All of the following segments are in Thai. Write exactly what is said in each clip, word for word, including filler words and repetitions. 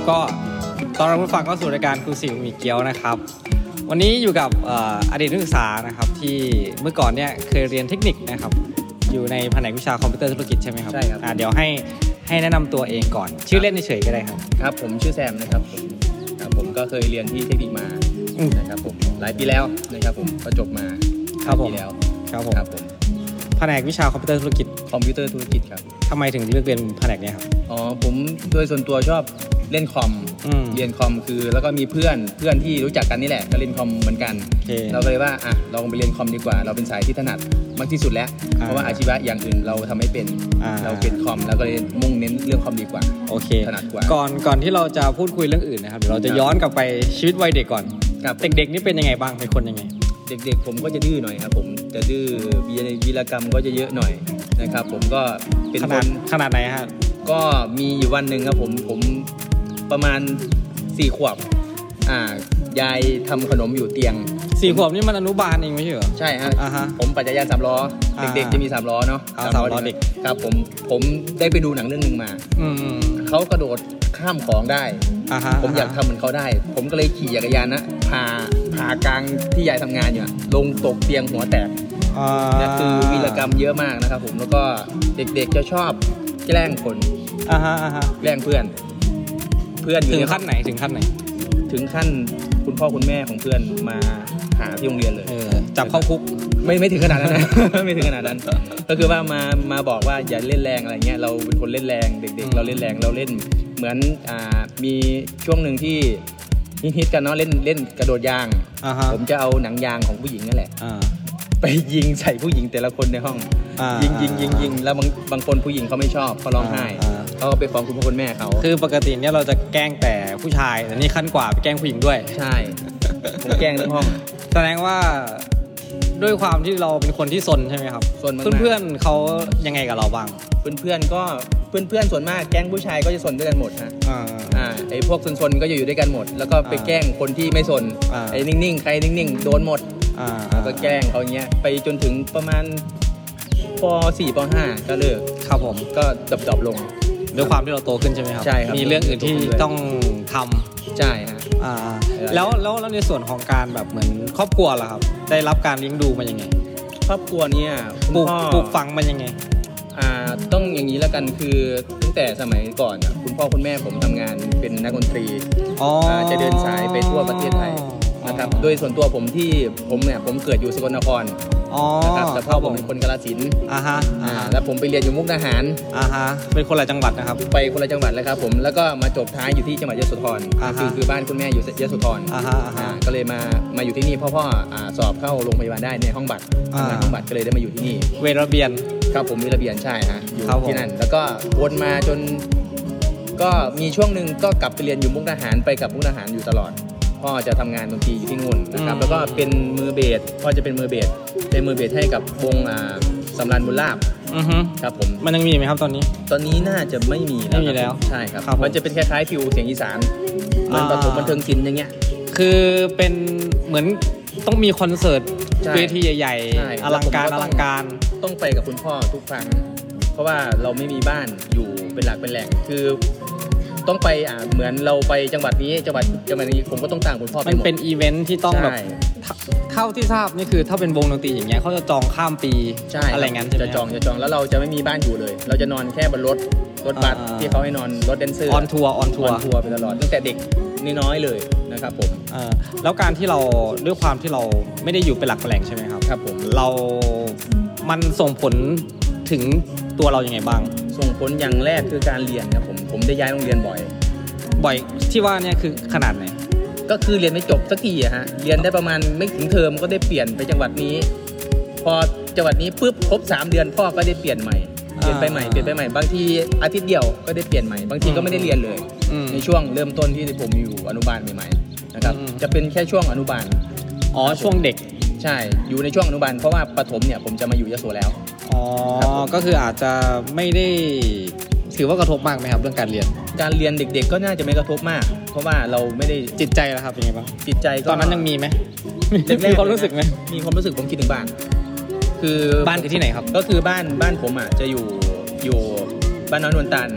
ก็ตอนรับผู้ฟังเข้าสู่รายการครูสิวมีเกี๊ยวนะครับวันนี้อยู่กับอดีตนักศึกษานะครับที่เมื่อก่อนเนี่ยเคยเรียนเทคนิคนะครับอยู่ในแผนกวิชาคอมพิวเตอร์ธุรกิจใช่ไหมครับใช่ครับเดี๋ยวให้ให้แนะนำตัวเองก่อนชื่อเล่นเฉยๆก็ได้ครับครับผมชื่อแซมนะครับผมครับผมก็เคยเรียนที่เทคนิคมานะครับผมหลายปีแล้วนะครับผมก็จบมาครับผมปีแล้วครับผมครับผมแผนกวิชาคอมพิวเตอร์ธุรกิจคอมพิวเตอร์ธุรกิจครับทำไมถึงเลือกเรียนแผนกนี้ครับอ๋อผมโดยส่วนตัวชอบเล่นคอมเรียนคอมคือแล้วก็มีเพื่อนเพื่อนที่รู้จักกันนี่แหละก็เล่นคอมเหมือนกันเราก็เลยว่าอ่ะลองไปเรียนคอมดีกว่าเราเป็นสายที่ถนัดมากที่สุดแล้วเพราะว่าอาชีพอย่างอื่นเราทำไม่เป็นเราเป็นคอมแล้วก็เลยมุ่งเน้นเรื่องคอมดีกว่าโอเคถนัดกว่าก่อนก่อนที่เราจะพูดคุยเรื่องอื่นนะครับเดี๋ยวเราจะย้อนกลับไปชีวิตวัยเด็กก่อนเด็กๆนี่เป็นยังไงบ้างเป็นคนยังไงเด็กๆผมก็จะดื้อหน่อยครับผมจะดื้อวีรกรรมก็จะเยอะหน่อยนะครับผมก็เป็นคนขนาดไหนฮะก็มีอยู่วันหนึ่งครับผมผมประมาณสี่ขวบอ่ายายทำขนมอยู่เตียงสี่ขวบนี่มันอนุบาลเองไม่ใช่เหรอใช่ฮะผมปั่นจักรยานสามล้อเด็กๆจะมีสามล้อเนาะสามล้อเด็กครับผมผมได้ไปดูหนังเรื่องนึงมาเขากระโดดข้ามของได้ผมอยากทำเหมือนเขาได้ผมก็เลยขี่จักรยานนะพาพากลางที่ยายทำงานอยู่ลงตกเตียงหัวแตกนี่คือวีรกรรมเยอะมากนะครับผมแล้วก็เด็กๆจะชอบแกล้งคนแกล้งเพื่อนเพื่อนถึงขั้นไหนถึงขั้นไหนถึงขั้นคุณพ่อคุณแม่ของเพื่อนมาหาที่โรงเรียนเลยจับเข้าคุกไม่ไม่ถึงขนาดนั้นนะไม่ถึงขนาดนั้นก็คือว่ามามาบอกว่าอย่าเล่นแรงอะไรเงี้ยเราเป็นคนเล่นแรงเด็กๆเราเล่นแรงเราเล่นเหมือนอ่ามีช่วงหนึ่งที่ฮิตๆกันเนาะเล่นเล่นกระโดดยางผมจะเอาหนังยางของผู้หญิงนั่นแหละไปยิงใส่ผู้หญิงแต่ละคนในห้องยิงยิงยิงยิงแล้วบางบางคนผู้หญิงเขาไม่ชอบเขาร้องไห้เขาก็ไปฟ้องคุณพ่อคุณแม่เขาคือปกติเนี่ยเราจะแกล้งแต่ผู้ชายแต่นี่ขั้นกว่าไปแกล้งผู้หญิงด้วยใช่ผมแกล้งทั้งห้องแสดงว่าด้วยความที่เราเป็นคนที่ซนใช่ไหมครับเพื่อนๆเขายังไงกับเราบ้างเพื่อนๆก็เพื่อนๆส่วนมากแกล้งผู้ชายก็จะซนด้วยกันหมดฮะอ่าไอ้พวกซนๆก็จะอยู่ด้วยกันหมดแล้วก็ไปแกล้งคนที่ไม่ซนไอ้นิ่งๆใครนิ่งๆโดนหมดก็แกล้งเขาอย่างเงี้ยไปจนถึงประมาณป.สี่ ป.ห้า ก็เลิกครับผมก็ดรอปๆลงด้วยความที่เราโตขึ้นใช่ไหมครับใช่ครับมีเรื่องอื่นที่ต้องทำใช่ฮะอ่าแล้วแล้วแล้วในส่วนของการแบบเหมือนครอบครัวล่ะครับได้รับการเลี้ยงดูมายังไงครอบครัวเนี่ยปลูกปลูกฝังมันยังไงอ่าต้องอย่างนี้แล้วกันคือตั้งแต่สมัยก่อนคุณพ่อคุณแม่ผมทำงานเป็นนักดนตรีจะเดินสายไปทั่วประเทศไทยนะครับโดยส่วนตัวผมที่ผมเนี่ยผมเกิดอยู่สกลนครนะครับแต่พ่อผมเป็นคนกาฬสินธุ์อ่าฮะอ่าแล้วผมไปเรียนอยู่มุกดาหารอ่าฮะเป็นคนละจังหวัดนะครับไปคนละจังหวัดเลยครับผมแล้วก็มาจบท้ายอยู่ที่จังหวัดยโสธรคือคือบ้านคุณแม่อยู่ยโสธรอ่าฮะอ่าก็เลยมามาอยู่ที่นี่พ่อพ่ออ่าสอบเข้าโรงพยาบาลได้ในห้องบัตรในห้องบัตรก็เลยได้มาอยู่ที่นี่เวรระเบียนครับผมเวรระเบียนใช่ฮะอยู่ที่นั่นแล้วก็วนมาจนก็มีช่วงนึงก็กลับไปเรียนอยู่มุกดาหารไปกับมุกดาหารอยู่ตลอดพ่อจะทำงานดนตรีอยู่ที่นู่นนะครับแล้วก็เป็นมือเบสพ่อจะเป็นมือเบสเป็นมือเบสให้กับวงอ่าสำราญบุญลาภครับผมมันยังมีไหมครับตอนนี้ตอนนี้น่าจะไม่มีแล้วไม่มีแล้วใช่ครับมันจะเป็นคล้ายๆฟิวเสียงอีสานเหมือนประถมบันเทิงศิลป์อย่างเงี้ยคือเป็นเหมือนต้องมีคอนเสิร์ตเวทีใหญ่ๆอลังการอลังการต้องไปกับคุณพ่อทุกครั้งเพราะว่าเราไม่มีบ้านอยู่เป็นหลักเป็นแหล่งคือต้องไปอ่าเหมือนเราไปจังหวัดนี้จังหวัดจังหวัดนี้ผมก็ต้องตามคุณพ่อไปหมดมันเป็นอีเวนท์ที่ต้องแบบเท่าที่ทราบนี่คือถ้าเป็นวงดนตรีอย่างเงี้ยเขาจะจองข้ามปีอะไรงั้นจะจองจะจองแล้วเราจะไม่มีบ้านอยู่เลยเราจะนอนแค่บนรถรถบัสที่เขาให้นอนรถแดนเซอร์ออนทัวร์ออนทัวร์ออนทัวร์ไปตลอดตั้งแต่เด็กน้อยๆเลยนะครับผมแล้วการที่เราด้วยความที่เราไม่ได้อยู่เป็นหลักเป็นแหล่งใช่ไหมครับครับผมเรามันส่งผลถึงตัวเรายังไงบ้างส่งผลอย่างแรกคือการเรียนครับผมผมได้ย้ายโรงเรียนบ่อยบ่อยที่ว่าเนี่ยคือขนาดไหนก็คือเรียนไม่จบสักทีอะฮะเรียนได้ประมาณไม่ถึงเทอมก็ได้เปลี่ยนไปจังหวัดนี้พอจังหวัดนี้ปุ๊บครบสามเดือนพ่อก็ได้เปลี่ยนใหม่เปลี่ยนไปใหม่เปลี่ยนไปใหม่บางทีอาทิตย์เดียวก็ได้เปลี่ยนใหม่บางทีก็ไม่ได้เรียนเลยในช่วงเริ่มต้นที่ผมอยู่อนุบาลใหม่ๆนะครับจะเป็นแค่ช่วงอนุบาลอ๋อช่วงเด็กใช่อยู่ในช่วงอนุบาลเพราะว่าประถมเนี่ยผมจะมาอยู่ยโสแล้วอ๋อก็คืออาจจะไม่ได้ถือว่ากระทบมากไหมครับเรื่องการเรียนการเรียนเด็กๆก็น่าจะไม่กระทบมากเพราะว่าเราไม่ได้จิตใจแล้วครับเป็นไงบ้างจิตใจตอนนั้นยังมีไหมมีความรู้สึกไหมมีความรู้สึกผมคิดถึงบ้านคือบ้านคือที่ไหนครับก็คือบ้านบ้านผมอ่ะจะอยู่อยู่บ้านน้อยนวลตัน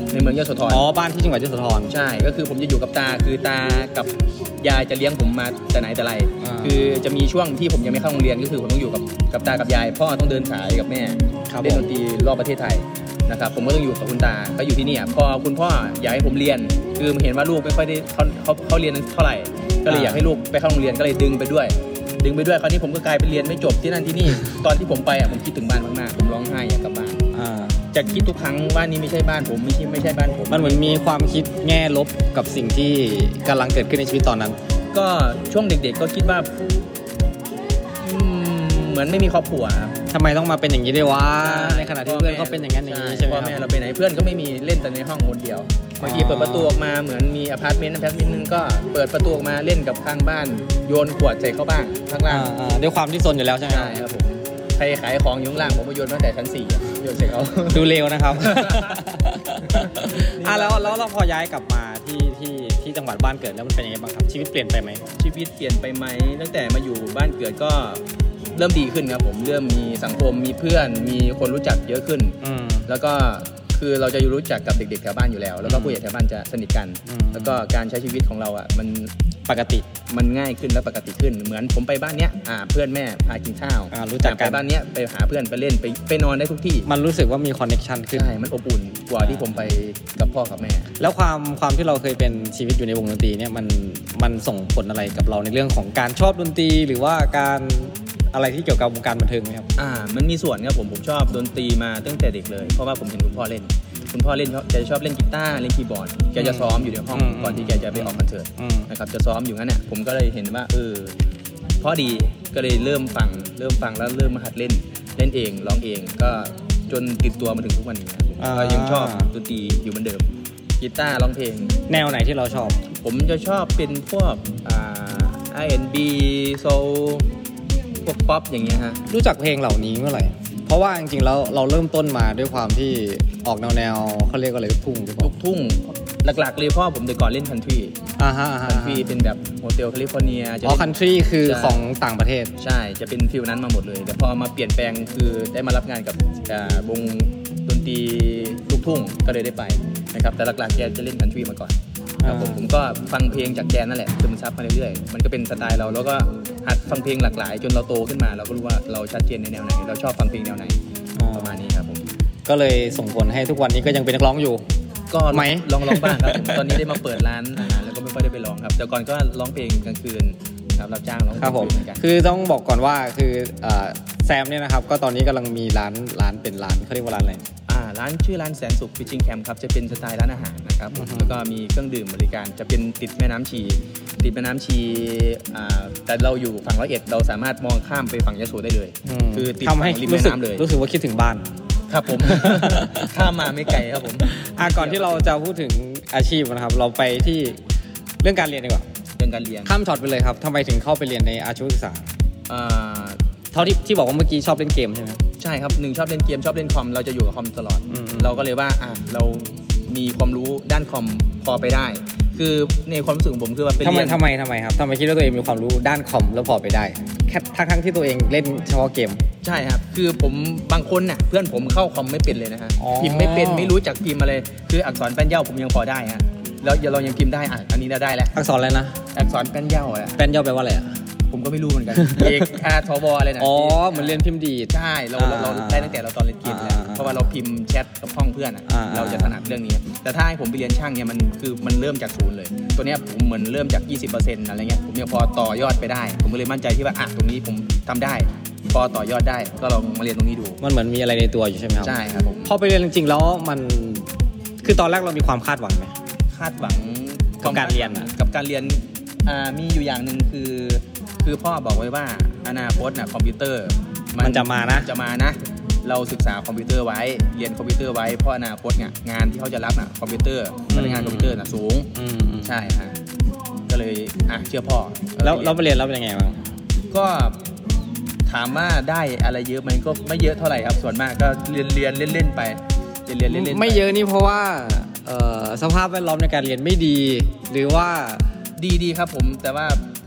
ในเมืองยโสธรอ๋อบ้านที่จังหวัดยโสธรใช่ก็คือผมจะอยู่กับตาคือตากับยายจะเลี้ยงผมมาแต่ไหนแต่ไรคือจะมีช่วงที่ผมยังไม่เข้าโรงเรียนก็คือผมต้องอยู่กับกับตากับยายพ่อต้องเดินสายกับแม่เล่นดนตรีรอบประเทศไทยนะครับผมก็ต้องอยู่กับคุณตาก็อยู่ที่นี่พอคุณพ่ออยากให้ผมเรียนคือเห็นว่าลูกไม่ค่อยได้เขาเขาเขาเรียนเท่าไหร่ก็เลยอยากให้ลูกไปเข้าโรงเรียนก็เลยดึงไปด้วยดึงไปด้วยคราวนี้ผมก็กลายเป็นเรียนไม่จบที่นั่นที่นี่ตอนที่ผมไปอ่ะผมคิดถึงบ้านมากๆผมร้องไห้อยากกลับบ้านจะคิดทุกครั้งว่านี่ไม่ใช่บ้านผมไม่ใช่ไม่ใช่บ้านผมมันเหมือนมีความคิดแง่ลบกับสิ่งที่กำลังเกิดขึ้นในชีวิตตอนนั้นก็ช่วงเด็กๆก็คิดว่าเหมือนไม่มีครอบครัวครับทำไมต้องมาเป็นอย่างนี้ด้วยวะในขณะที่เพื่อนเขาเป็นอย่างนั้นอย่างนี้ใช่ไหมพ่อแม่เราไปไหนเพื่อนก็ไม่มีเล่นแต่ในห้องคนเดียวบางทีเปิดประตูออกมาเหมือนมีอพาร์ตเมนต์อพาร์ตเมนต์นึงก็เปิดประตูออกมาเล่นกับข้างบ้านโยนขวดใส่เขาบ้างข้างล่างด้วยความที่ซนอยู่แล้วใช่ไหมใช่ครับผมใครขายของอยู่ข้างล่างผมก็โยนตั้งแต่ชั้นสี่โยนใส่เขาดูเร็วนะครับอ่ะแล้วแล้วเราพอย้ายกลับมาที่ที่ที่จังหวัดบ้านเกิดแล้วมันเป็นยังไงบ้างครับชีวิตเปลี่ยนไปไหมชีวิตเปลี่ยนไปไหมตั้งแต่มาอยู่บ้านเกิดก็เริ่มดีขึ้นครับผมเริ่มมีสังคมมีเพื่อนมีคนรู้จักเยอะขึ้นแล้วก็คือเราจะรู้จักกับเด็กๆแถวบ้านอยู่แล้วแล้วก็ผู้ใหญ่แถวบ้านจะสนิทกันแล้วก็การใช้ชีวิตของเราอ่ะมันปกติมันง่ายขึ้นและปกติขึ้นเหมือนผมไปบ้านเนี้ยอ่าเพื่อนแม่พากินข้าวรู้จักกันไปบ้านเนี้ยไปหาเพื่อนไปเล่นไปไปนอนได้ทุกที่มันรู้สึกว่ามีคอนเนคชั่นขึ้นใช่มันอบอุ่นกว่าที่ผมไปกับพ่อกับแม่แล้วความความที่เราเคยเป็นชีวิตอยู่ในวงดนตรีเนี่ยมันมันส่งผลอะไรกับเราในเรื่องของการชอบดนตรีหรือว่าการอะไรที่เกี่ยวกับวงการบันเทิงไหมครับอ่ามันมีส่วนครับผมผมชอบดนตรีมาตั้งแต่เด็กเลยเพราะว่าผมเห็นคุณพ่อเล่นคุณพ่อเล่นแกจะชอบเล่นกีตาร์เล่นคีย์บอร์ดแกจะซ้อมอยู่ในห้องก่อนที่แกจะไปออกคอนเสิร์ตนะครับจะซ้อมอยู่งั้นเนี่ยผมก็เลยเห็นว่าเออพอดีก็เลยเริ่มฟังเริ่มฟังแล้วเริ่มมาหัดเล่นเล่นเองร้องเองก็จนติดตัวมาถึงทุกวันนี้ก็ยังชอบดนตรีอยู่เหมือนเดิมกีตาร์ร้องเพลงแนวไหนที่เราชอบผมจะชอบเป็นพวกอ่า อาร์ แอนด์ บี โซลพวกป๊อปอย่างเงี้ยฮะรู้จักเพลงเหล่านี้เมื่อไหร่เพราะว่าจริงๆแล้วเราเริ่มต้นมาด้วยความที่ออกแนวแนวเขาเรียกว่าอะไรลูกทุ่งลูกทุ่งหลักๆเลยเพราะผมแต่ก่อนเล่นคันทรีอ่าฮะคันทรีเป็นแบบโฮเทลแคลิฟอร์เนียอ๋อคันทรีคือของต่างประเทศใช่จะเป็นฟิลนั้นมาหมดเลยแต่พอมาเปลี่ยนแปลงคือได้มารับงานกับวงดนตรีลูกทุ่งก็เลยได้ไปนะครับแต่หลักๆแกจะเล่นคันทรีมาก่อนครับผมผมก็ฟังเพลงจากแกนั่นแหละซึมซับมาเรื่อยๆมันก็เป็นสไตล์เราแล้วก็หัดฟังเพลงหลากหลายจนเราโตขึ้นมาเราก็รู้ว่าเราชัดเจนในแนวไหนเราชอบฟังเพลงแนวไหนประมาณนี้ครับผมก็เลยส่งผลให้ทุกวันนี้ก็ยังเป็นนักร้องอยู่ก็ไหมลองร้องบ้างครับผมตอนนี้ได้มาเปิดร้านอาหารแล้วก็ไม่ค่อยได้ไปร้องครับแต่ก่อนก็ร้องเพลงกลางคืนครับรับจ้างร้องครับผมคือต้องบอกก่อนว่าคือแซมเนี่ยนะครับก็ตอนนี้กำลังมีร้านร้านเป็นร้านเขาเรียกว่าร้านอะไรอ่าร้านชื่อร้านแสนสุขฟิชชิ่งแคมป์ครับจะเป็นสไตล์ร้านอาหารนะครับแล้วก็มีเครื่องดื่มบริการจะเป็นติดแม่น้ำชีติดแม่น้ำชีอ่าแต่เราอยู่ฝั่งร้อยเอ็ดเราสามารถมองข้ามไปฝั่งยโสได้เลยคือติดฝั่งริมแม่น้ำเลยรู้สึกว่าคิดถึงบ้านครับผมข้ามมาไม่ไกลครับผมอ่ะก่อนที่เราจะพูดถึงอาชีพนะครับเราไปที่เรื่องการเรียนดีกว่าเรื่องการเรียนข้ามช็อตไปเลยครับทำไมถึงเข้าไปเรียนในอาชีวศึกษาอ่าเท่าที่ที่บอกว่าเมื่อกี้ชอบเล่นเกมใช่ไหมใช่ครับหนึ่งชอบเล่นเกมชอบเล่นคอมเราจะอยู่กับคอมตลอดเราก็เลยว่าอ่ะเรามีความรู้ด้านคอมพอไปได้คือในความรู้สึกของผมคือว่าเป็นทำไมทำไมทำไมครับทำไมคิดว่าตัวเองมีความรู้ด้านคอมแล้วพอไปได้แค่ทั้งทั้งที่ตัวเองเล่นเฉพาะเกมใช่ครับคือผมบางคนน่ะเพื่อนผมเข้าคอมไม่เป็นเลยนะฮะพิมพ์ไม่เป็นไม่รู้จักพิมพ์อะไรคืออักษรแป้นเย่าผมยังพอได้ฮะแล้วเรายังพิมพ์ได้อ่ะอันนี้ได้แล้วอักษรอะไรนะอักษรแป้นเย่าอ่ะแป้นเย่าแปลว่าอะไรอ่ะผมก็ไม่รู้เหมือนกันเอกอาร์ทบอะไรนะอ๋อเหมือนเรียนพิมพ์ดีดใช่เราเราได้ตั้งแต่เราตอนเรียนเกมแล้วเพราะว่าเราพิมพ์แชทกับห้องเพื่อนอ่ะเราจะถนัดเรื่องนี้แต่ถ้าให้ผมไปเรียนช่างเนี่ยมันคือมันเริ่มจากศูนย์เลยตัวเนี้ยผมเหมือนเริ่มจาก ยี่สิบเปอร์เซ็นต์ อะไรเงี้ยผมยังพอต่อยอดไปได้ผมก็เลยมั่นใจที่ว่าอ่ะตรงนี้ผมทำได้พอต่อยอดได้ก็ลองมาเรียนตรงนี้ดูมันเหมือนมีอะไรในตัวอยู่ใช่ไหมครับใช่ครับผมพอไปเรียนจริงๆแล้วมันคือตอนแรกเรามีความคาดหวังไหมคาดหวังกับการเรียนกับการเรียนอ่ามีอยู่อย่างนึงคือคือพ่อบอกไว้ว่าอนาคตน่ะคอมพิวเตอร์มันจะมานะจะมานะเราศึกษาคอมพิวเตอร์ไว้เรียนคอมพิวเตอร์ไว้เพราะอนาคตเนี่ยงานที่เขาจะรับน่ะคอมพิวเตอร์พนักงานคอมพิวเตอร์น่ะสูงใช่ฮะก็เลยอ่ะเชื่อพ่อแล้วเราไปเรียนแล้วเป็นยังไงบ้างก็ถามว่าได้อะไรเยอะไหมก็ไม่เยอะเท่าไหร่ครับส่วนมากก็เรียนเรียนเล่นๆไปเรียนเรียนเล่นๆไม่เยอะนี่เพราะว่าสภาพแวดล้อมในการเรียนไม่ดีหรือว่าดีดีครับผมแต่ว่า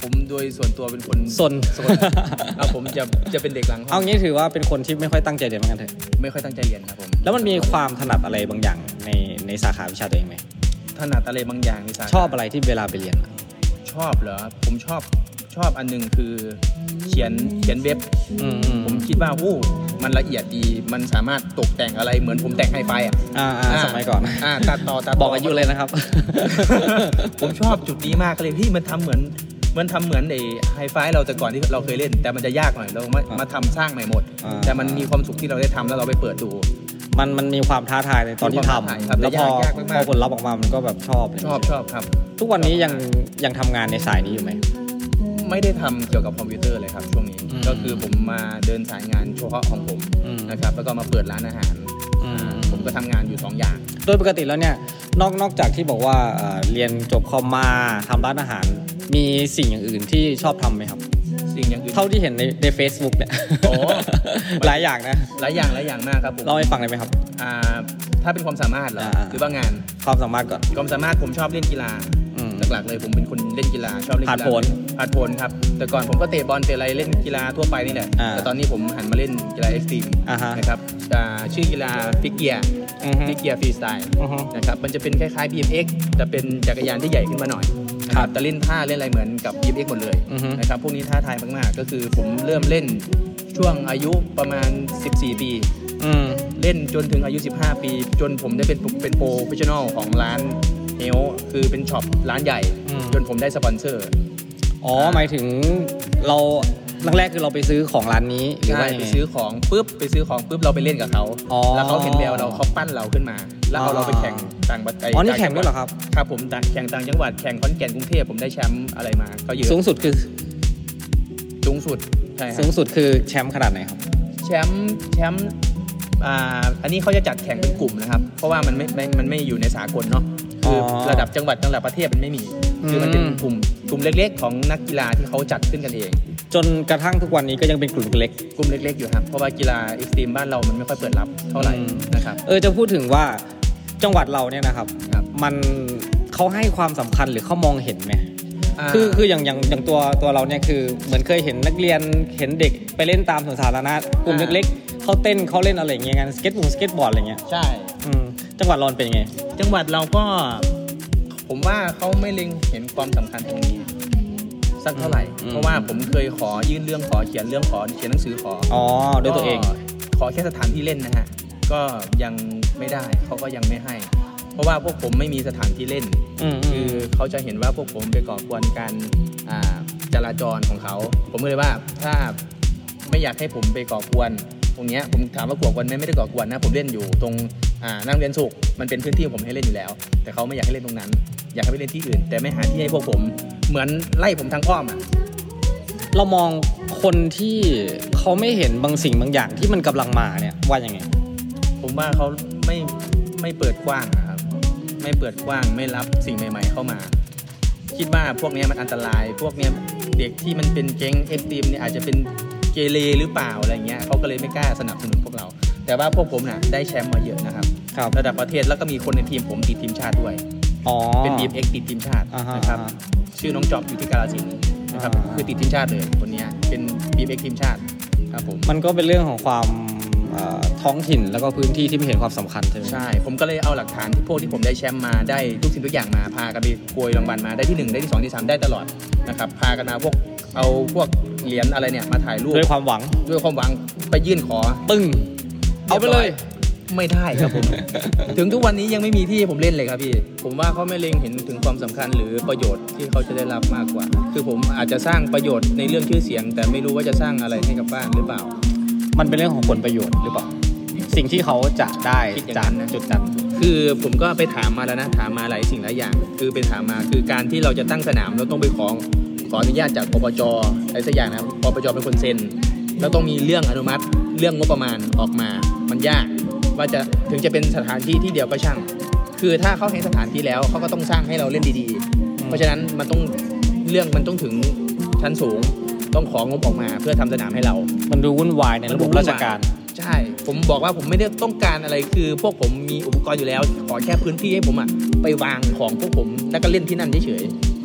ผมโดยส่วนตัวเป็นคนซนซนเอาผมจะจะเป็นเด็กหลังห้องเอางี้ถือว่าเป็นคนที่ไม่ค่อยตั้งใจเรียนเหมือนกันเถอะไม่ค่อยตั้งใจเรียนครับผมแล้วมันมีความถนัดอะไรบางอย่างในในสาขาวิชาตัวเองไหมถนัดอะไรบางอย่างในสาขาชอบอะไรที่เวลาไปเรียนชอบเหรอผมชอบชอบอันนึงคือเขียนเขียนเว็บผมคิดว่าโอ้มันละเอียดดีมันสามารถตกแต่งอะไรเหมือนผมแต่งไฮไฟอ่ะอ่าสมัยก่อนอ่าตัดต่อตัดบอกอายุเลยนะครับผมชอบจุดนี้มากเลยที่มันทำเหมือนมันทำเหมือนไอ้ไฮไฟเราแต่ก่อนที่เราเคยเล่นแต่มันจะยากหน่อยเรามามาทำสร้างใหม่หมดแต่มันมีความสุขที่เราได้ทำแล้วเราไปเปิดดูมันมันมีความท้าทายในตอนที่ทำแล้วพอพอผลลัพธ์ออกมามันก็แบบชอบชอบชอบครับทุกวันนี้ยังยังทำงานในสายนี้อยู่ไหมไม่ได้ทำเกี่ยวกับคอมพิวเตอร์เลยครับช่วงนี้ก็คือผมมาเดินสายงานเฉพาะของผมนะครับแล้วก็มาเปิดร้านอาหารผมก็ทำงานอยู่สองอย่างโดยปกติแล้วเนี่ยนอกนอกจากที่บอกว่าเรียนจบคอมมาทำร้านอาหารมีสิ่งอย่างอื่นที่ชอบทำไหมครับสิ่งอย่างอื่นเท่าที่เห็นในใน Facebook เนี่ยโอ้หลายอย่างนะหลายอย่างหลายอย่างมากครับผมเล่าให้ฟังได้ไหมครับอ่าถ้าเป็นความสามารถเหรอหรือว่างานความสามารถก่อนความสามารถผมชอบเล่นกีฬาหลักๆเลยผมเป็นคนเล่นกีฬาชอบเล่นกีฬาผ่านผลผ่านผลครับแต่ก่อนผมก็เตะบอลเตะอะไรเล่นกีฬาทั่วไปนี่แหละแต่ตอนนี้ผมหันมาเล่นกีฬาเอ็กซ์ตรีมนะครับชื่อกีฬาฟิกเกียร์ฟิกเกียร์ฟรีสไตล์นะครับมันจะเป็นคล้ายๆ บี เอ็ม เอ็กซ์ แต่เป็นจักรยานที่ใหญ่ขึ้นมาหน่อยนะครับแต่เล่นท่าเล่นอะไรเหมือนกับ บี เอ็ม เอ็กซ์ หมดเลยนะครับพวกนี้ท้าทายมากๆก็คือผมเริ่มเล่นช่วงอายุประมาณสิบสี่ปีเล่นจนถึงอายุสิบห้าปีจนผมได้เป็นเป็นโปรเฟชชั่นอลของร้านเฮลคือเป็นช็อปร้านใหญ่จนผมได้สปอนเซอร์อ๋อหมายถึงเราแรกๆคือเราไปซื้อของร้านนี้หรือว่าไปซื้อของปุ๊บไปซื้อของปุ๊บเราไปเล่นกับเขาแล้วเขาเห็นแววเราเขาปั้นเราขึ้นมาแล้วเอาเราไปแข่งต่างประเทศอ๋อนี่แข่งด้วยเหรอครับครับผมต่างแข่งต่างจังหวัดแข่งขอนแก่นกรุงเทพผมได้แชมป์อะไรมาก็เยอะสูงสุดคือสูงสุดใช่สูงสุดคือแชมป์ขนาดไหนครับแชมป์แชมป์อ่าอันนี้เขาจะจัดแข่งเป็นกลุ่มนะครับเพราะว่ามันไม่มันไม่อยู่ในสากลเนาะคือระดับจังหวัดระดับประเทศมันไม่มีคือมันเป็นกลุ่มกลุ่มเล็กๆของนักกีฬาที่เขาจัดขึ้นกันเองจนกระทั่งทุกวันนี้ก็ยังเป็นกลุ่มเล็กกลุ่มเล็กๆอยู่ครับเพราะว่ากีฬาเอ็กซ์ตรีมบ้านเรามันไม่ค่อยเปิดรับเท่าไหร่นะครับเออจะพูดถึงว่าจังหวัดเราเนี่ยนะครับมันเขาให้ความสำคัญหรือเขามองเห็นไหมคือคืออย่างอย่างอย่างตัวตัวเราเนี่ยคือเหมือนเคยเห็นนักเรียนเห็นเด็กไปเล่นตามสวนสาธารณะกลุ่มเล็กๆเขาเต้นเขาเล่นอะไรอย่างเงี้ยงานสเก็ตบอร์ดสเก็ตบอร์ดอะไรเงี้ยใช่จังหวัดเราเป็นยังไงจังหวัดเราก็ผมว่าเขาไม่เล็งเห็นความสำคัญตรงนี้สักเท่าไหร่เพราะว่าผมเคยขอยื่นเรื่องขอเขียนเรื่องขอเขียนหนังสือขออ๋อด้วยตัวเองขอแค่สถานที่เล่นนะฮะก็ยังไม่ได้เขาก็ยังไม่ให้เพราะว่าพวกผมไม่มีสถานที่เล่นคือเขาจะเห็นว่าพวกผมไปก่อกวนการจราจรของเขาผมก็เลยว่าถ้าไม่อยากให้ผมไปก่อกวนตรงนี้ผมถามว่าก่อกวนไหมไม่ได้ก่อกวนนะผมเล่นอยู่ตรงนั่งเรียนสุขมันเป็นพื้นที่ผมให้เล่นอยู่แล้วแต่เขาไม่อยากให้เล่นตรงนั้นอยากให้ไปเล่นที่อื่นแต่ไม่หาที่ให้พวกผมเหมือนไล่ผมทางอ้อมอ่ะเรามองคนที่เขาไม่เห็นบางสิ่งบางอย่างที่มันกำลังมาเนี่ยว่ายังไงผมว่าเขาไม่ไม่เปิดกว้างนะครับไม่เปิดกว้างไม่รับสิ่งใหม่ๆเข้ามาคิดว่าพวกนี้มันอันตรายพวกนี้เด็กที่มันเป็นแก๊งเอ็กซ์ตรีมเนี่ยอาจจะเป็นเกเรหรือเปล่าอะไรเงี้ยเขาก็เลยไม่กล้าสนับสนุนพวกเราแต่ว่าพวกผมน่ะได้แชมป์มาเยอะนะครับระดับประเทศแล้วก็มีคนในทีมผมติดทีมชาติด้วยเป็น บี เอ็ม เอ็กซ์ ติดทีมชาตินะครับชื่อน้องจอบอยู่ที่กาฬสินธุ์นะครับคือติดทีมชาติเลยคนนี้เป็น บี เอ็ม เอ็กซ์ ทีมชาติครับผมมันก็เป็นเรื่องของความท้องถิ่นแล้วก็พื้นที่ที่ไม่เห็นความสำคัญใช่ไหมใช่ผมก็เลยเอาหลักฐานที่พวกที่ผมได้แชมป์มาได้ทุกสิ่งทุกอย่างมาพากันไปโกยรางวัลมาได้ที่หนึ่งได้ที่สองที่สามได้ตลอดนะครับพากันมาพวกเอาพวกเหรียญอะไรเนี่ยมาถ่ายรูปด้วยความหวังด้วยความหวังไปยื่นขอปึ้งเอาไปเลยไม่ได้ครับผม ถึงทุกวันนี้ยังไม่มีที่ผมเล่นเลยครับพี่ผมว่าเขาไม่เล็งเห็นถึงความสำคัญหรือประโยชน์ที่เขาจะได้รับมากกว่าคือผมอาจจะสร้างประโยชน์ในเรื่องชื่อเสียงแต่ไม่รู้ว่าจะสร้างอะไรให้กับบ้านหรือเปล่ามันเป็นเรื่องของผลประโยชน์หรือเปล่าสิ่งที่เขาจะได้จากจุดนั้นคือผมก็ไปถามมาแล้วนะถามมาหลายสิ่งหลายอย่างคือไปถามมาคือการที่เราจะตั้งสนามเราต้องไปขอขออนุญาตจากปปจอะไรสักอย่างนะปปจเป็นคนเซ็นแล้วต้องมีเรื่องอนุมัติเรื่องงบประมาณออกมามันยากว่าจะถึงจะเป็นสถานที่ที่เดียวก็ช่างคือถ้าเขาให้สถานที่แล้วเขาก็ต้องสร้างให้เราเล่นดีๆเพราะฉะนั้นมันต้องเรื่องมันต้องถึงชั้นสูงต้องของบออกมาเพื่อทำสนามให้เรามันดูวุ่นวายในระบบราชการใช่ผมบอกว่าผมไม่ได้ต้องการอะไรคือพวกผมมีอุปกรณ์อยู่แล้วขอแค่พื้นที่ให้ผมอ่ะไปวางของพวกผมแล้วก็เล่นที่นั่นเฉยๆ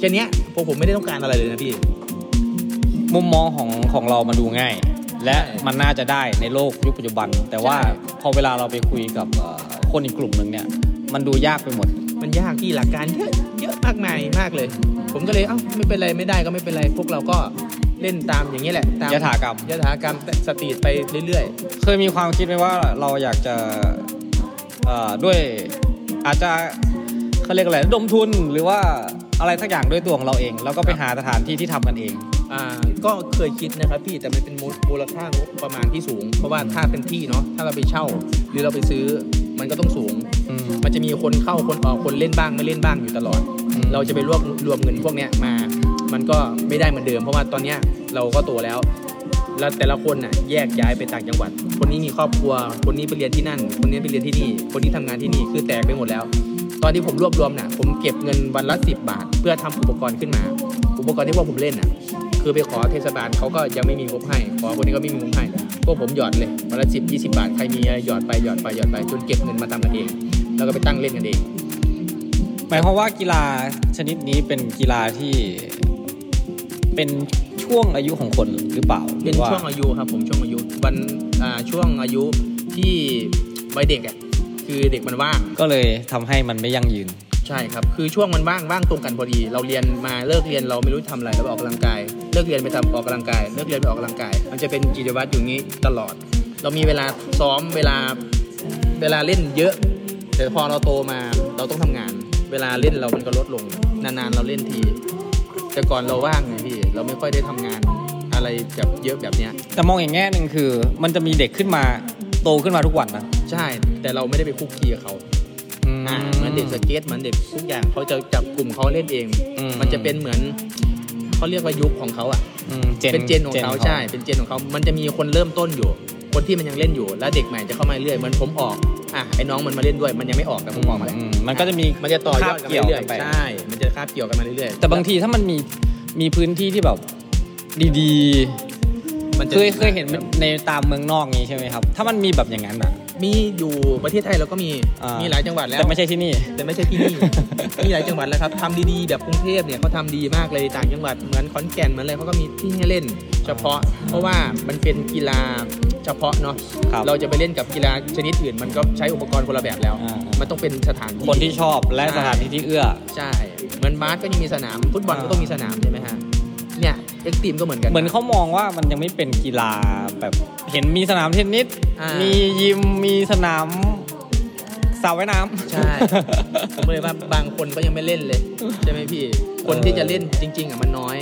ค่เนี้ยพวกผมไม่ได้ต้องการอะไรเลยนะพี่มุมมองของของเรามันดูง่ายและมันน่าจะได้ในโลกยุคปัจจุบันแต่ว่าพอเวลาเราไปคุยกับคนอีกกลุ่มนึงเนี่ยมันดูยากไปหมดมันยากที่หลักการเยอะเยอะมากมายมากเลยผมก็เลยเอ้าไม่เป็นไรไม่ได้ก็ไม่เป็นไรพวกเราก็เล่นตามอย่างนี้แหละตามยถากรรมยถากรรมสตรีทไปเรื่อยๆเคยมีความคิดไหมว่าเราอยากจะเอ่อด้วยอาจจะเขาเรียกอะไรระดมทุนหรือว่าอะไรสักอย่างด้วยตัวของเราเองแล้วก็ไปหาสถานที่ที่ทำกันเองอ่าก็เคยคิดนะครับพี่แต่มันเป็นมูลค่างบประมาณที่สูงเพราะว่าถ้าเป็นที่เนาะถ้าเราไปเช่าหรือเราไปซื้อมันก็ต้องสูงมันจะมีคนเข้าคนออกคนเล่นบ้างไม่เล่นบ้างอยู่ตลอดเราจะไปรวบรวมเงินพวกเนี้ยมามันก็ไม่ได้เหมือนเดิมเพราะว่าตอนเนี้ยเราก็โตแล้วแล้วแต่ละคนน่ะแยกย้ายไปต่างจังหวัดคนนี้มีครอบครัวคนนี้ไปเรียนที่นั่นคนนี้ไปเรียนที่นี่คนนี้ทำงานที่นี่คือแตกไปหมดแล้วตอนที่ผมรวบรวมน่ะผมเก็บเงินวันละสิบบาทเพื่อทำอุปกรณ์ขึ้นมาอุปกรณ์ที่พวกผมเล่นน่ะคือไปขอเทศบาลเขาก็ยังไม่มีงบให้ขอคนนี้ก็ไม่มีงบให้พวกผมหยอดเลยวันละสิบยี่สิบบาทใครมีหยอดไปหยอดไปหยอดไปจนเก็บเงินมาทำกันเองแล้วก็ไปตั้งเล่นกันเองหมายความว่ากีฬาชนิดนี้เป็นกีฬาที่เป็นช่วงอายุของคนหรือเปล่าเป็นช่วงอายุครับผมช่วงอายุวันอ่าช่วงอายุที่วัยเด็กอ่ะคือเด็กมันว่างก็เลยทำให้มันไม่ยั่งยืนใช่ครับคือช่วงมันว่างว่างตรงกันพอดีเราเรียนมาเลิกเรียนเราไม่รู้ทำอะไรเราไปออกกำลังกายเลิกเรียนไปทำออกกำลังกายเลิกเรียนไปออกกำลังกายมันจะเป็นกิจวัตรอยู่งี้ตลอดเรามีเวลาซ้อมเวลาเวลาเล่นเยอะแต่พอเราโตมาเราต้องทำงานเวลาเล่นเรามันก็ลดลงนานๆเราเล่นทีแต่ก่อนเราว่างไงพี่เราไม่ค่อยได้ทำงานอะไรแบบเยอะแบบเนี้ยแต่มองอย่างแง่นึงคือมันจะมีเด็กขึ้นมาโตขึ้นมาทุกวันนะใช่แต่เราไม่ได้ไปคุกคีกับเขาอ่าเหมือนเด็กสเก็ตเหมือนเด็กทุกอย่างเขาจะจับกลุ่มเขาเล่นเองมันจะเป็นเหมือนเขาเรียกว่ายุคของเขาอ่ะเป็นเจนของเขาใช่เป็นเจนของเขามันจะมีคนเริ่มต้นอยู่คนที่มันยังเล่นอยู่แล้วเด็กใหม่จะเข้ามาเรื่อยเหมือนผมออกอ่ะไอ้น้องมันมาเล่นด้วยมันยังไม่ออกแต่ผมออกมาแล้วมันก็จะมีมันจะต่อยอดกันเรื่อยๆใช่มันจะคาบเกี่ยวกันมาเรื่อยๆแต่บางทีถ้ามันมีมีพื้นที่ที่แบบดีๆมันเคยเคยเห็นในตามเมืองนอกนี้ใช่ไหมครับถ้ามันมีแบบอย่างนั้นอ่ะมีอยู่ประเทศไทยเราก็มีมีหลายจังหวัดแล้วแต่ไม่ใช่ที่นี่แต่ไม่ใช่ที่นี่มีหลายจังหวัดแล้วครับทำดีๆแบบกรุงเทพเนี่ยเขาทำดีมากเลยต่างจังหวัดเหมือนขอนแก่นเหมือนอะไรเขาก็มีที่ให้เล่นเฉพาะเพราะว่ามันเป็นกีฬาเฉพาะเนาะเราจะไปเล่นกับกีฬาชนิดอื่นมันก็ใช้อุปกรณ์คนละแบบแล้วมันต้องเป็นสถานที่คนที่ชอบและสถานที่ที่เอื้อใช่เหมือนบาสก็ยังมีสนามฟุตบอลก็ต้องมีสนามใช่ไหมฮะเนี่ยเอ็กซ์ตรีมก็เหมือนกันเหมือนเขามองว่ามันยังไม่เป็นกีฬาแบบเห็นมีสนามเทนนิสมียิมมีสนามสระว่ายน้ำใช่ผมเลยว่าบางคนก็ยังไม่เล่นเลยใช่ไหมพี่คนที่จะเล่นจริงๆอ่ะมันน้อย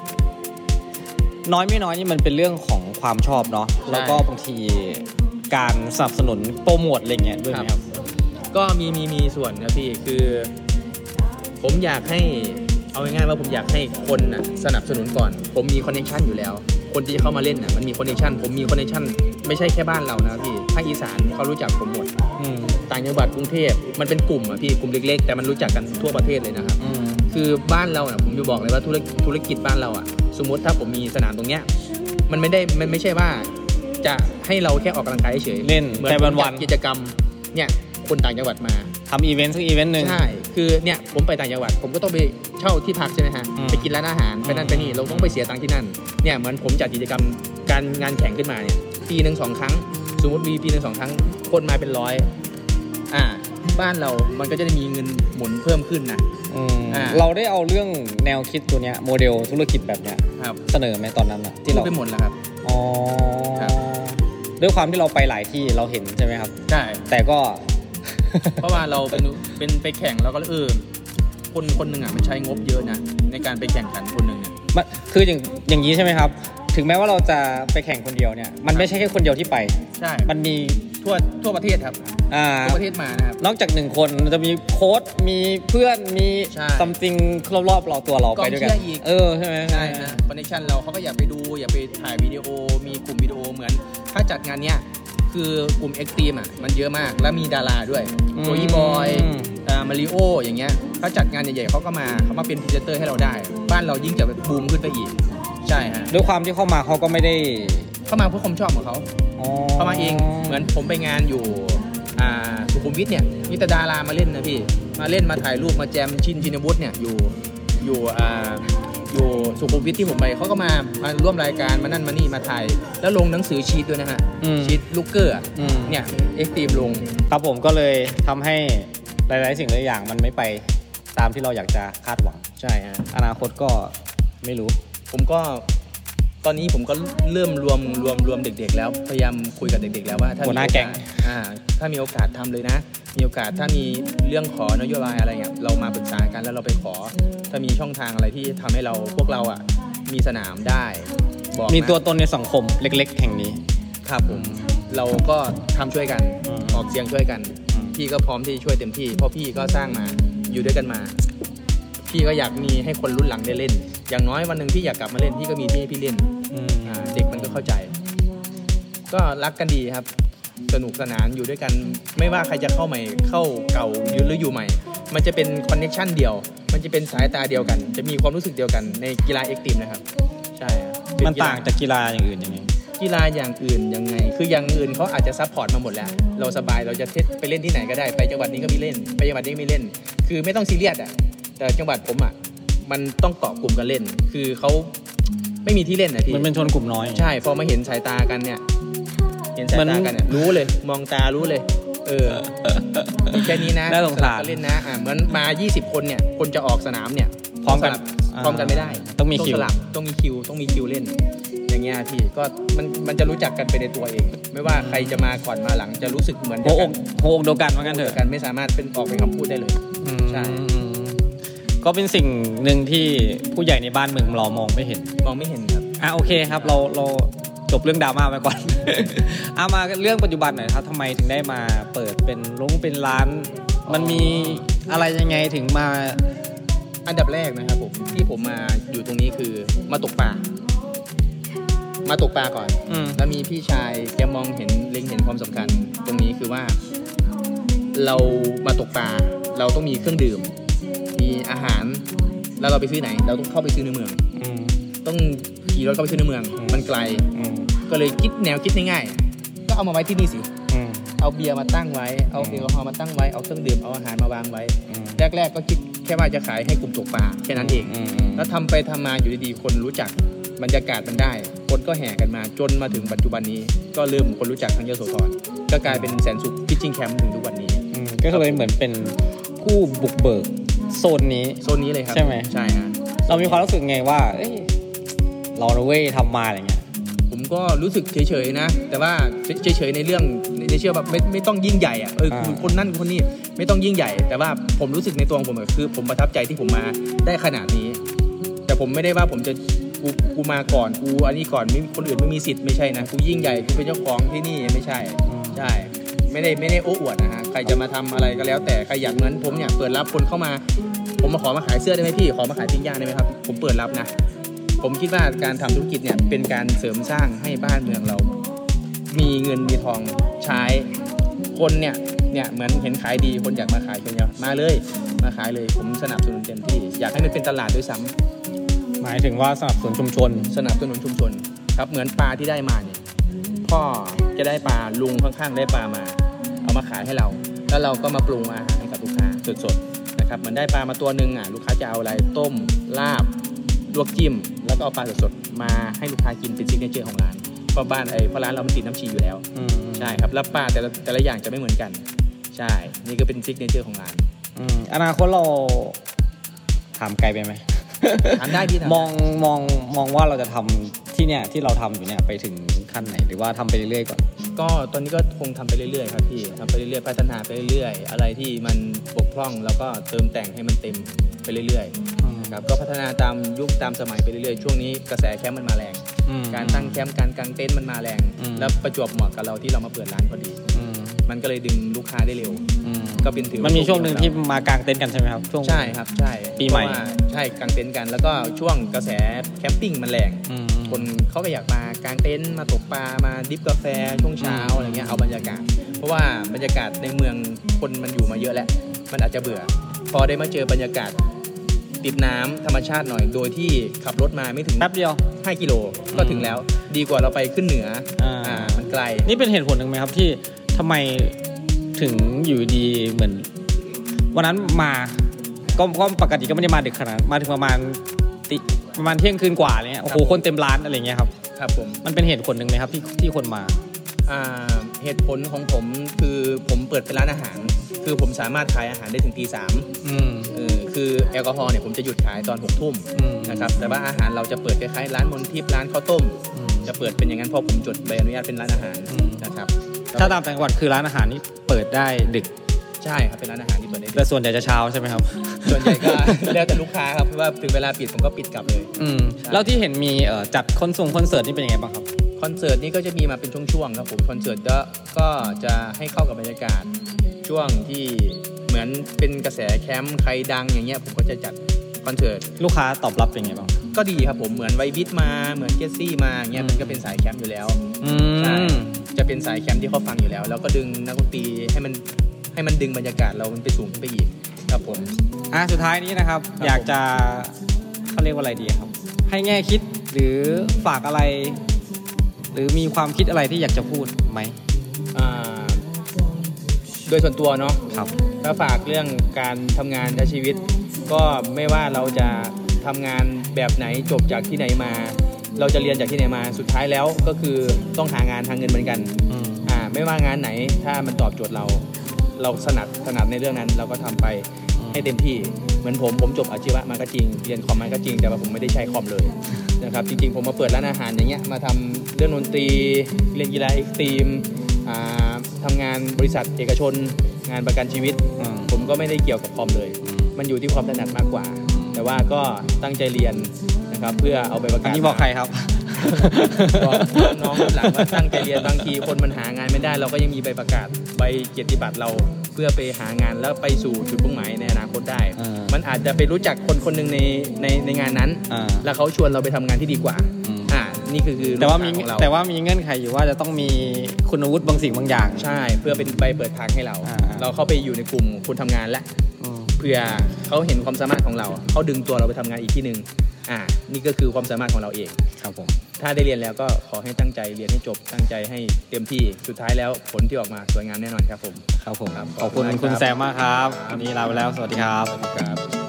น้อยไม่น้อยนี่มันเป็นเรื่องของความชอบเนาะแล้วก็บางทีการสนับสนุนโปรโมทอะไรเงี้ยด้วยครับก็มีมีมีส่วนนะพี่คือผมอยากให้เอาง่ายๆว่าผมอยากให้คนน่ะสนับสนุนก่อนผมมีคอนเนคชั่นอยู่แล้วคนที่จะเข้ามาเล่นน่ะมันมีคอนเนคชั่นผมมีคอนเนคชั่นไม่ใช่แค่บ้านเรานะพี่ภาคอีสานเขารู้จักผมหมดต่างจังหวัดกรุงเทพมันเป็นกลุ่มอ่ะพี่กลุ่มเล็กๆแต่มันรู้จักกันทั่วประเทศเลยนะครับคือบ้านเราน่ะผมจะบอกเลยว่าธุรกิจธุรกิจบ้านเราอ่ะสมมติถ้าผมมีสนามตรงเนี้ยมันไม่ได้มันไม่ใช่ว่าจะให้เราแค่ออกกำลังกายเฉยเล่นแต่วันๆกิจกรรมเนี่ยคนต่างจังหวัดมาทำอีเวนต์สักอีเวนต์นึงใช่คือเนี่ยผมไปต่างจังหวัดผมก็ต้องไปเช่าที่พักใช่ไหมฮะไปกินร้านอาหารไปนั่นไปนี่เราต้องไปเสียตังค์ที่นั่นเนี่ยเหมือนผมจัดกิจกรรมการงานแข่งขึ้นมาเนี่ยปีหนึ่งสองครั้งสมมติมีปีหนึ่งสองครั้งคนมาเป็นร้อยอ่าบ้านเรามันก็จะได้มีเงินหมุนเพิ่มขึ้นนะเราได้เอาเรื่องแนวคิดตัวเนี้ยโมเดลธุรกิจแบบเนี้ยเสนอไหมตอนนั้นอะที่เราไปหมดแล้วครับอ๋อด้วยความที่เราไปหลายที่เราเห็นใช่ไหมครับใช่แต่ก็เพราะว่าเราเป็นเป็นไปแข่งแล้วก็เออคนคนหนึ่งอ่ะมันใช้งบเยอะนะในการไปแข่งขันคนหนึ่งเนี่ยมันคืออย่างอย่างนี้ใช่ไหมครับถึงแม้ว่าเราจะไปแข่งคนเดียวเนี่ยมันไม่ใช่แค่คนเดียวที่ไปใช่มันมีทั่วทั่วประเทศครับอ่าทั่วประเทศมานะครับนอกจากหนึ่งคนจะมีโค้ชมีเพื่อนมีซัมติงรอบๆเราตัวเราไปด้วยกันเออใช่ไหมใช่ฮะคอนเนคชั่นเราเขาก็อยากไปดูอยากไปถ่ายวิดีโอมีกลุ่มวิดีโอเหมือนถ้าจัดงานเนี้ยคือกลุ่มเอ็กซ์ตรีมอ่ะมันเยอะมากแล้วมีดาราด้วยโจยี่บอยอ่ามาริโออย่างเงี้ยถ้าจัดงานใหญ่ๆเขาก็มาเขามาเป็นพรีเซนเตอร์ให้เราได้บ้านเรายิ่งจะบูมขึ้นไปอีกใช่ฮะด้วยความที่เข้ามาเขาก็ไม่ได้เข้ามาเพื่อความชอบของเขาเข้ามาเองเหมือนผมไปงานอยู่อ่าสุขุมวิทเนี่ยมีแต่ดารามาเล่นนะพี่มาเล่นมาถ่ายรูปมาแจมชินชินวุฒิเนี่ยอยู่อยู่อ่าอยู่สุขุมวิทที่ผมไปเขาก็มามาร่วมรายการมานั่นมานี่มาถ่ายแล้วลงหนังสือชีทด้วยนะฮะชีทลูกเกอร์เนี่ยเอ็กซ์ตรีมลงครับผมก็เลยทำให้หลายๆสิ่งหลายอย่างมันไม่ไปตามที่เราอยากจะคาดหวังใช่ฮะอนาคตก็ไม่รู้ผมก็ตอนนี้ผมก็เริ่มรวมรวมรวมเด็กๆแล้วพยายามคุยกับเด็กๆแล้วว่าถ้ามีโอกาสอ่าถ้ามีโอกาสทำเลยนะมีโอกาสถ้ามีเรื่องขอนโยบายอะไรเงี้ยเรามาปรึกษากันแล้วเราไปขอถ้ามีช่องทางอะไรที่ทำให้เราพวกเราอ่ะมีสนามได้บอกมีตัวตนในสังคมเล็กๆแห่งนี้ครับผมเราก็ทำช่วยกันออกเสียงช่วยกันพี่ก็พร้อมที่ช่วยเต็มที่เพราะพี่ก็สร้างมาอยู่ด้วยกันมาพี่ก็อยากมีให้คนรุ่นหลังได้เล่นอย่างน้อยวันนึงพี่อยากกลับมาเล่นพี่ก็มีที่ให้พี่เล่นเด็กมันก็เข้าใจก็รักกันดีครับสนุกสนานอยู่ด้วยกันไม่ว่าใครจะเข้าใหม่เข้าเก่าหรืออยู่ใหม่มันจะเป็นคอนเนคชั่นเดียวมันจะเป็นสายตาเดียวกันจะมีความรู้สึกเดียวกันในกีฬาเอ็กซ์ตรีมนะครับใช่มันต่างจากกีฬาอย่างอื่นยังไงกีฬาอย่างอื่นยังไงคืออย่างอื่นเขาอาจจะซัพพอร์ตมาหมดแล้วเราสบายเราจะไปเล่นที่ไหนก็ได้ไปจังหวัดนี้ก็มีเล่นไปจังหวัดนี้ก็มีเล่นคือไม่ต้องซีเรียสอ่ะแต่จังหวัดผมอ่ะมันต้องเกาะกลุ่มกันเล่นคือเขาไม่มีที่เล่นนะพี่มันเป็นชนกลุ่มน้อยใช่พอมาเห็นสายตากันเนี่ยเห็นสายตากันเนี่ยรู้เลยมองตารู้เลยเออมีแค่นี้นะได้สงสารเล่นนะอ่าเหมือนมายี่สิบคนเนี่ยคนจะออกสนามเนี่ยพร้อมกันพร้อมกันไม่ได้ต้องมีคิวต้องมีคิวต้องมีคิวเล่นอย่างเงี้ยพี่ก็มันมันจะรู้จักกันไปในตัวเองไม่ว่าใครจะมาก่อนมาหลังจะรู้สึกเหมือนโหอกโหอกเดียวกันเหมือนกันเถอะกันไม่สามารถเป็นออกเป็นคำพูดได้เลยใช่ก็เป็นสิ่งหนึ่งที่ผู้ใหญ่ในบ้านเมืองเรามองไม่เห็นมองไม่เห็นครับอ่ะโอเคครับเราเราจบเรื่องดราม่าไปก่อน เอามาเรื่องปัจจุบันหน่อยครับทำไมถึงได้มาเปิดเป็นโรงเป็นร้านมันมีอะไรยังไงถึงมาอันดับแรกนะครับผมที่ผมมาอยู่ตรงนี้คือมาตกปลามาตกปลาก่อนแล้วมีพี่ชายแกมองเห็นเล็งเห็นความสำคัญตรงนี้คือว่าเรามาตกปลาเราต้องมีเครื่องดื่มมีอาหารแล้วเราไปซื้อไหนเราต้องเข้าไปซื้อในเมืองต้องขี่รถเข้าไปซื้อในเมืองมันไกลก็เลยคิดแนวคิดง่ายๆก็เอามาไว้ที่นี่สิเอาเบียร์มาตั้งไว้เอาแอลกอฮอล์มาตั้งไว้เอาเครื่องดื่มเอาอาหารมาวางไว้แรกๆก็คิดแค่ว่าจะขายให้กลุ่มตกปลาแค่นั้นเองแล้วทำไปทำมาอยู่ดีๆคนรู้จักบรรยากาศมันได้คนก็แห่กันมาจนมาถึงปัจจุบันนี้ก็เริ่มคนรู้จักทางยโสธรก็กลายเป็นแสนสุขพิชชิ่งแคมป์ถึงทุกวันนี้ก็เลยเหมือนเป็นผู้บุกเบิกโซนนี้โซนนี้เลยครับใช่ไหมใช่ฮะเรามีความรู้สึกไงว่าเอ้ยเราเว้ยทำมาอะไรเงี้ยผมก็รู้สึกเฉยๆนะแต่ว่าเฉยๆในเรื่องในเชื่อแบบไม่ไม่ต้องยิ่งใหญ่อ่ะเออคนนั่นคนนี้ไม่ต้องยิ่งใหญ่แต่ว่าผมรู้สึกในตัวของผมคือผมประทับใจที่ผมมาได้ขนาดนี้แต่ผมไม่ได้ว่าผมจะกูกูมาก่อนกูอันนี้ก่อนไม่คนอื่นไม่มีสิทธิ์ไม่ใช่นะกูยิ่งใหญ่กูเป็นเจ้าของที่นี่ไม่ใช่ใช่ไม่ได้ไม่ได้โอ้อวดนะฮะใครจะมาทำอะไรก็แล้วแต่ใครอยากเหมือนผมเนี่ยเปิดรับคนเข้ามาผมมาขอมาขายเสื้อได้ไหมพี่ขอมาขายปิ้งย่างได้ไหมครับผมเปิดรับนะผมคิดว่าการทำธุรกิจเนี่ยเป็นการเสริมสร้างให้บ้านเมืองเรามีเงินมีทองใช้คนเนี่ยเนี่ยเหมือนเห็นขายดีคนอยากมาขายคนเดียวมาเลยมาขายเลยผมสนับสนุนเต็มที่อยากให้มันเป็นตลาดด้วยซ้ำหมายถึงว่าสนับสนุนชุมชนสนับสนุนชุมชนครับเหมือนปลาที่ได้มาเนี่ยพ่อจะได้ปลาลุงข้างๆได้ปลามาเอามาขายให้เราแล้วเราก็มาปรุงอาหารให้กับลูกค้าสดๆนะครับเหมือนได้ปลามาตัวนึงอ่ะลูกค้าจะเอาอะไรต้มลาบลวกจิ้มแล้วก็เอาปลาสดๆมาให้ลูกค้ากินเป็นซิกเนเจอร์ของร้านเพราะบ้านไอ้เพราะร้านเรามันติดน้ำชีอยู่แล้วใช่ครับแล้วปลาแต่ละแต่ละอย่างจะไม่เหมือนกันใช่นี่ก็เป็นซิกเนเจอร์ของร้านอนาคตเราถามไกลไปไหมถามได้พี่มองมองมองว่าเราจะทำที่เนี่ยที่เราทำอยู่เนี่ยไปถึงขั้นไหนหรือว่าทำไปเรื่อยๆก่อนก็ตอนนี้ก็คงทำไปเรื่อยๆครับพี่ทำไปเรื่อยๆพัฒนาไปเรื่อยๆอะไรที่มันบกพร่องแล้วก็เติมแต่งให้มันเต็มไปเรื่อยๆนะครับก็พัฒนาตามยุคตามสมัยไปเรื่อยๆช่วงนี้กระแสแคมป์มันมาแรงการตั้งแคมป์การกางเต็นท์มันมาแรงแล้วประจวบเหมาะกับเราที่เรามาเปิดร้านพอดีมันก็เลยดึงลูกค้าได้เร็วก็เป็นถือมันมีช่วงนึงที่มากางเต็นท์กันใช่ไหมครับช่วงใช่ครับใช่ปีใหม่ใช่กางเต็นท์กันแล้วก็ช่วงกระแสแคมปิ้งมันแรงคนเขาก็อยากมากางเต็นท์มาตกปลามาดิฟกาแฟช่วงเช้าอะไรเงี้ยเอาบรรยากาศเพราะว่าบรรยากาศในเมืองคนมันอยู่มาเยอะแล้วมันอาจจะเบื่อพอได้มาเจอบรรยากาศติดน้ำธรรมชาติหน่อยโดยที่ขับรถมาไม่ถึงแป๊บเดียวห้ากิโลก็ถึงแล้วดีกว่าเราไปขึ้นเหนืออ่ามันไกลนี่เป็นเหตุผลหนึ่งไหมครับที่ทำไมถึงอยู่ดีเหมือนวันนั้นมาก็ก็ปกติก็ไม่ได้มาดึกขนาดมาถึงประมาณติประมาณเที่ยงคืนกว่าอะไรเงี้ยโอ้โหคนเต็มร้านอะไรเงี้ยครับครับผมมันเป็นเหตุผลหนึ่งไหมครับที่ที่คนมาอ่าเหตุผลของผมคือผมเปิดเป็นร้านอาหารคือผมสามารถขายอาหารได้ถึงตีสามคือแอลกอฮอล์เนี่ยผมจะหยุดขายตอนหกทุ่มนะครับแต่ว่าอาหารเราจะเปิดคล้ายๆร้านมนทิพย์ร้านข้าวต้มจะเปิดเป็นอย่างนั้นเพราะผมจดใบอนุญาตเป็นร้านอาหารนะครับถ้าตามจังหวัดคือร้านอาหารนี่เปิดได้ดึกใช่ครับเป็นร้านอาหารที่เปิดได้ดึกแต่ส่วนใหญ่จะเช้าใช่ไหมครับส่วนใหญ่ก็แล้วแต่ลูกค้าครับเพราะว่าถึงเวลาปิดผมก็ปิดกลับเลยอืมแล้วที่เห็นมีจัดคอนเสิร์ตคอนเสิร์ตนี่เป็นยังไงบ้างครับคอนเสิร์ตนี่ก็จะมีมาเป็นช่วงๆครับผมคอนเสิร์ตก็ก็จะให้เข้ากับบรรยากาศช่วงที่เหมือนเป็นกระแสแคมป์ใครดังอย่างเงี้ยผมก็จะจัดคอนเสิร์ตลูกค้าตอบรับเป็นไงบ้างก็ดีครับผมเหมือนไวบิทมาเหมือนเจสซี่มาเงี้ยมันก็เป็นสายแคมป์อยู่แล้วใช่จะเป็นสายแคมป์ที่เขาฟังอยู่แล้วแล้วก็ดึงนักดนตรีให้มันให้มันดึงบรรยากาศเรามันไปสูงขึ้นไปอีกครับผมอ่ะสุดท้ายนี้นะครับอยากจะเขาเรียกว่าอะไรดีครับให้แง่คิดหรือฝากอะไรหรือมีความคิดอะไรที่อยากจะพูดไหมอ่าโดยส่วนตัวเนาะครับถ้าฝากเรื่องการทำงานใช้ชีวิตก็ไม่ว่าเราจะทำงานแบบไหนจบจากที่ไหนมาเราจะเรียนจากที่ไหนมาสุดท้ายแล้วก็คือต้องหางานหาเงินเหมือนกันอ่าไม่ว่างานไหนถ้ามันตอบโจทย์เราเราถนัดถนัดในเรื่องนั้นเราก็ทำไปให้เต็มที่เหมือนผมผมจบอาชีวะมาก็จริงเรียนคอมมาก็จริงแต่ว่าผมไม่ได้ใช้คอมเลยนะครับจริงๆผมมาเปิดร้านอาหารอย่างเงี้ยมาทำเรื่องดนตรีเรียนกีฬาเอ็กซ์ตรีมทำงานบริษัทเอกชนงานประกันชีวิตผมก็ไม่ได้เกี่ยวกับคอมเลยมันอยู่ที่ความถนัดมากกว่าแต่ว่าก็ตั้งใจเรียนนะครับเพื่อเอาไปประกันอันนี้บอกใครครับบอกน้องๆหลังว่าตั้งใจเรียนบางทีคนมันหางานไม่ได้เราก็ยังมีใบประกาศใบเกียรติบัตรเราเพื่อไปหางานแล้วไปสู่จุดมุ่งหมายในอนาคตได้มันอาจจะไปรู้จักคนคนหนึ่งในในในงานนั้นแล้วเขาชวนเราไปทำงานที่ดีกว่าอ่านี่คือคือแต่ว่ามีแต่ว่ามีเงื่อนไขอยู่ว่าจะต้องมีคุณวุฒิบางสิ่งบางอย่างใช่เพื่อเป็นใบเปิดทางให้เราเราเข้าไปอยู่ในกลุ่มคนทำงานแล้วเพื่อเขาเห็นความสามารถของเราเขาดึงตัวเราไปทำงานอีกที่นึงอ่านี่ก็คือความสามารถของเราเองครับผมถ้าได้เรียนแล้วก็ขอให้ตั้งใจเรียนให้จบตั้งใจให้เต็มที่สุดท้ายแล้วผลที่ออกมาสวยงามแน่นอนครับผมครับผมขอบคุณคุณแซมมากครับวันนี้ลาไปแล้วสวัสดีครับครับ